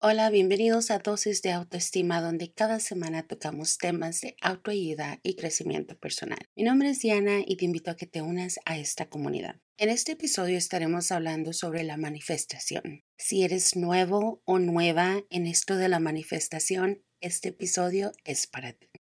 Hola, bienvenidos a Dosis de Autoestima, donde cada semana tocamos temas de autoayuda y crecimiento personal. Mi nombre es Diana y te invito a que te unas a esta comunidad. En este episodio estaremos hablando sobre la manifestación. Si eres nuevo o nueva en esto de la manifestación, este episodio es para ti.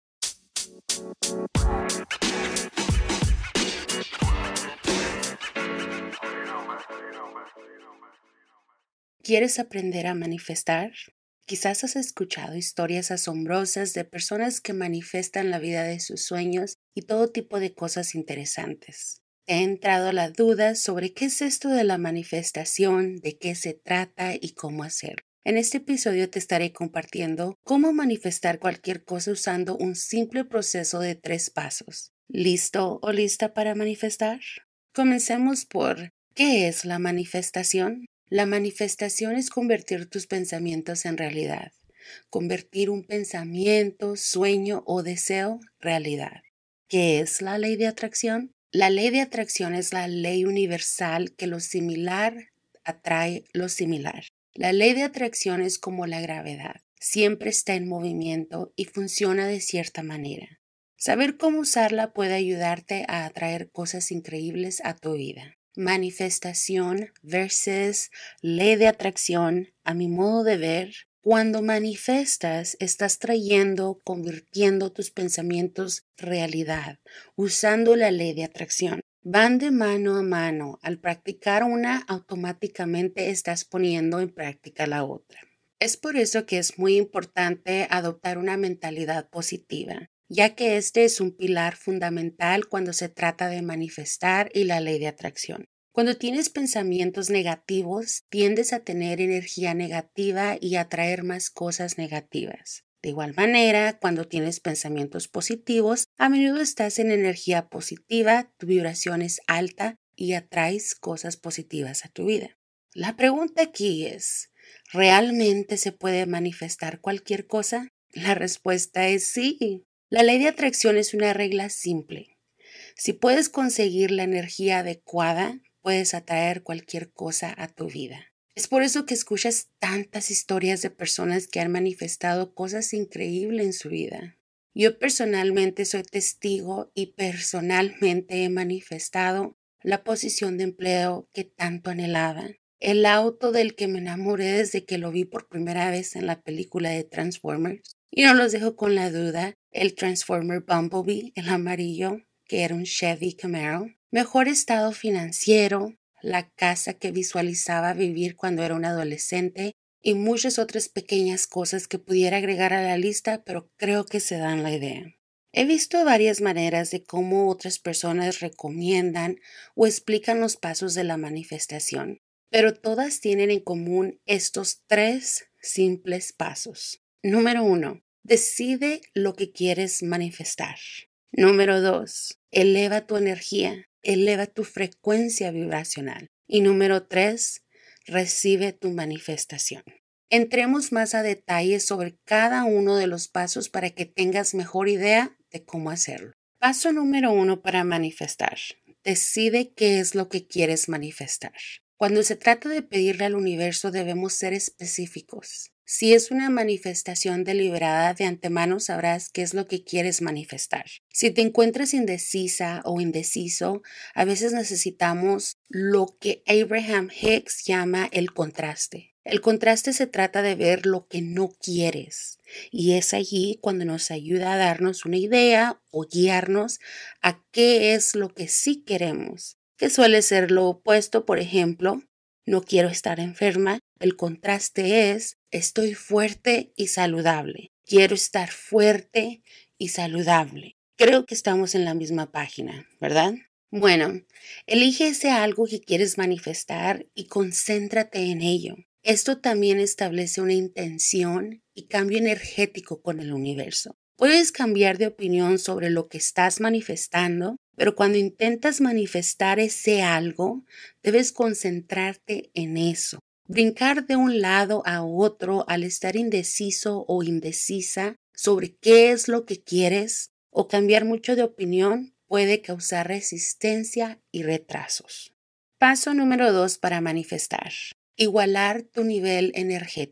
¿Quieres aprender a manifestar? Quizás has escuchado historias asombrosas de personas que manifiestan la vida de sus sueños y todo tipo de cosas interesantes. ¿Te ha entrado la duda sobre qué es esto de la manifestación, de qué se trata y cómo hacerlo? En este episodio te estaré compartiendo cómo manifestar cualquier cosa usando un simple proceso de 3 pasos. ¿Listo o lista para manifestar? Comencemos por ¿qué es la manifestación? La manifestación es convertir tus pensamientos en realidad, convertir un pensamiento, sueño o deseo realidad. ¿Qué es la ley de atracción? La ley de atracción es la ley universal que lo similar atrae lo similar. La ley de atracción es como la gravedad, siempre está en movimiento y funciona de cierta manera. Saber cómo usarla puede ayudarte a atraer cosas increíbles a tu vida. Manifestación versus ley de atracción, a mi modo de ver, cuando manifestas, estás trayendo, convirtiendo tus pensamientos realidad, usando la ley de atracción. Van de mano a mano. Al practicar una, automáticamente estás poniendo en práctica la otra. Es por eso que es muy importante adoptar una mentalidad positiva, ya que este es un pilar fundamental cuando se trata de manifestar y la ley de atracción. Cuando tienes pensamientos negativos, tiendes a tener energía negativa y atraer más cosas negativas. De igual manera, cuando tienes pensamientos positivos, a menudo estás en energía positiva, tu vibración es alta y atraes cosas positivas a tu vida. La pregunta aquí es, ¿realmente se puede manifestar cualquier cosa? La respuesta es sí. La ley de atracción es una regla simple. Si puedes conseguir la energía adecuada, puedes atraer cualquier cosa a tu vida. Es por eso que escuchas tantas historias de personas que han manifestado cosas increíbles en su vida. Yo personalmente soy testigo y personalmente he manifestado la posición de empleo que tanto anhelaba. El auto del que me enamoré desde que lo vi por primera vez en la película de Transformers. Y no los dejo con la duda, el Transformer Bumblebee, el amarillo, que era un Chevy Camaro. Mejor estado financiero, la casa que visualizaba vivir cuando era un adolescente y muchas otras pequeñas cosas que pudiera agregar a la lista, pero creo que se dan la idea. He visto varias maneras de cómo otras personas recomiendan o explican los pasos de la manifestación, pero todas tienen en común estos 3 simples pasos. Número 1. Decide lo que quieres manifestar. Número 2. Eleva tu energía, eleva tu frecuencia vibracional. Y número 3. Recibe tu manifestación. Entremos más a detalle sobre cada uno de los pasos para que tengas mejor idea de cómo hacerlo. Paso número 1 para manifestar. Decide qué es lo que quieres manifestar. Cuando se trata de pedirle al universo debemos ser específicos. Si es una manifestación deliberada, de antemano sabrás qué es lo que quieres manifestar. Si te encuentras indecisa o indeciso, a veces necesitamos lo que Abraham Hicks llama el contraste. El contraste se trata de ver lo que no quieres y es allí cuando nos ayuda a darnos una idea o guiarnos a qué es lo que sí queremos, que suele ser lo opuesto. Por ejemplo, no quiero estar enferma. El contraste es estoy fuerte y saludable. Quiero estar fuerte y saludable. Creo que estamos en la misma página, ¿verdad? Bueno, elige ese algo que quieres manifestar y concéntrate en ello. Esto también establece una intención y cambio energético con el universo. Puedes cambiar de opinión sobre lo que estás manifestando, pero cuando intentas manifestar ese algo, debes concentrarte en eso. Brincar de un lado a otro al estar indeciso o indecisa sobre qué es lo que quieres o cambiar mucho de opinión puede causar resistencia y retrasos. Paso número 2 para manifestar. Igualar tu nivel energético.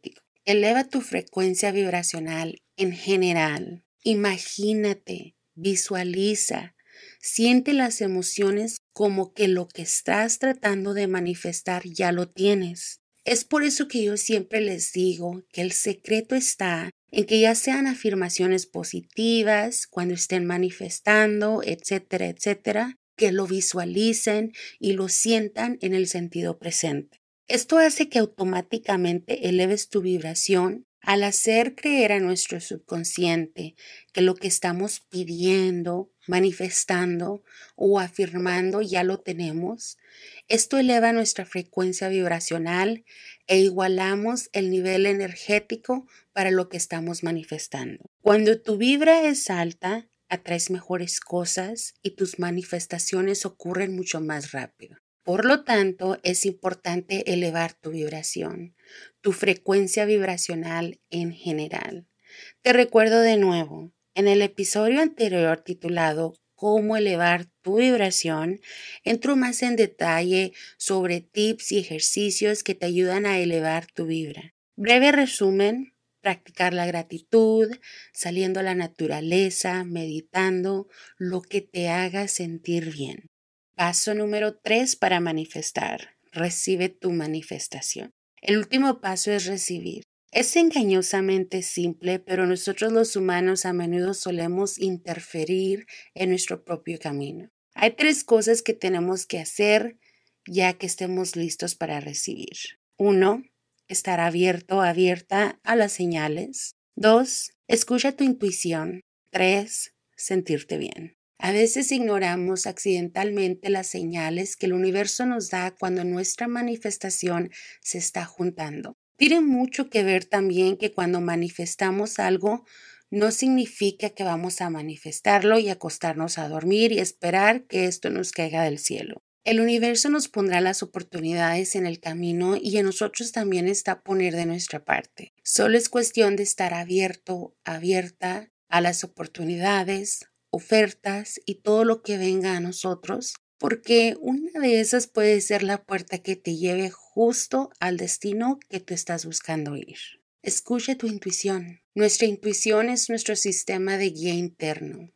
Eleva tu frecuencia vibracional en general. Imagínate, visualiza, siente las emociones como que lo que estás tratando de manifestar ya lo tienes. Es por eso que yo siempre les digo que el secreto está en que ya sean afirmaciones positivas, cuando estén manifestando, etcétera, etcétera, que lo visualicen y lo sientan en el sentido presente. Esto hace que automáticamente eleves tu vibración al hacer creer a nuestro subconsciente que lo que estamos pidiendo, manifestando o afirmando ya lo tenemos. Esto eleva nuestra frecuencia vibracional e igualamos el nivel energético para lo que estamos manifestando. Cuando tu vibra es alta, atraes mejores cosas y tus manifestaciones ocurren mucho más rápido. Por lo tanto, es importante elevar tu vibración, tu frecuencia vibracional en general. Te recuerdo de nuevo, en el episodio anterior titulado Cómo elevar tu vibración, entro más en detalle sobre tips y ejercicios que te ayudan a elevar tu vibra. Breve resumen: practicar la gratitud, saliendo a la naturaleza, meditando, lo que te haga sentir bien. Paso número 3 para manifestar. Recibe tu manifestación. El último paso es recibir. Es engañosamente simple, pero nosotros los humanos a menudo solemos interferir en nuestro propio camino. Hay 3 cosas que tenemos que hacer ya que estemos listos para recibir. 1. Estar abierto o abierta a las señales. 2. Escucha tu intuición. 3. Sentirte bien. A veces ignoramos accidentalmente las señales que el universo nos da cuando nuestra manifestación se está juntando. Tiene mucho que ver también que cuando manifestamos algo, no significa que vamos a manifestarlo y acostarnos a dormir y esperar que esto nos caiga del cielo. El universo nos pondrá las oportunidades en el camino y en nosotros también está poner de nuestra parte. Solo es cuestión de estar abierto, abierta a las oportunidades, ofertas y todo lo que venga a nosotros, porque una de esas puede ser la puerta que te lleve justo al destino que tú estás buscando ir. Escucha tu intuición. Nuestra intuición es nuestro sistema de guía interno.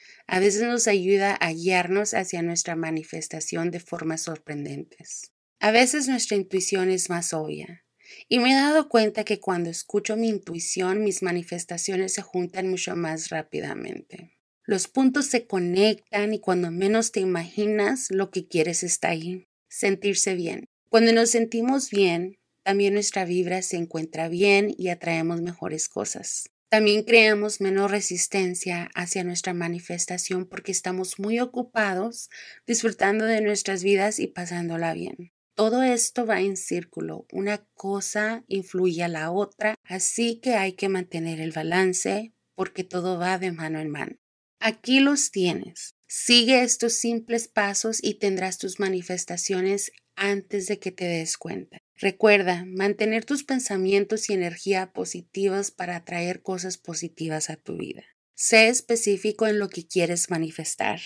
A veces nos ayuda a guiarnos hacia nuestra manifestación de formas sorprendentes. A veces nuestra intuición es más obvia. Y me he dado cuenta que cuando escucho mi intuición, mis manifestaciones se juntan mucho más rápidamente. Los puntos se conectan y cuando menos te imaginas, lo que quieres está ahí. Sentirse bien. Cuando nos sentimos bien, también nuestra vibra se encuentra bien y atraemos mejores cosas. También creamos menos resistencia hacia nuestra manifestación porque estamos muy ocupados disfrutando de nuestras vidas y pasándola bien. Todo esto va en círculo, una cosa influye a la otra, así que hay que mantener el balance porque todo va de mano en mano. Aquí los tienes. Sigue estos simples pasos y tendrás tus manifestaciones antes de que te des cuenta. Recuerda, mantener tus pensamientos y energía positivos para atraer cosas positivas a tu vida. Sé específico en lo que quieres manifestar.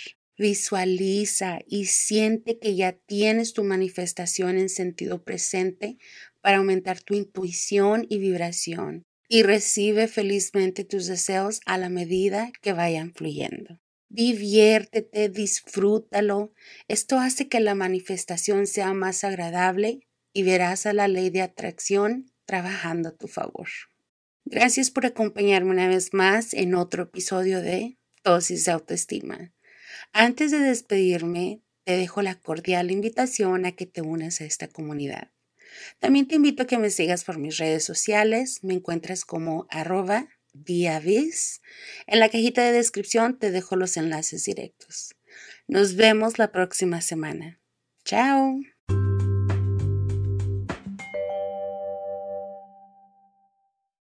Visualiza y siente que ya tienes tu manifestación en sentido presente para aumentar tu intuición y vibración. Y recibe felizmente tus deseos a la medida que vayan fluyendo. Diviértete, disfrútalo. Esto hace que la manifestación sea más agradable y verás a la ley de atracción trabajando a tu favor. Gracias por acompañarme una vez más en otro episodio de Dosis de Autoestima. Antes de despedirme, te dejo la cordial invitación a que te unas a esta comunidad. También te invito a que me sigas por mis redes sociales. Me encuentras como @diavis. En la cajita de descripción te dejo los enlaces directos. Nos vemos la próxima semana. Chao.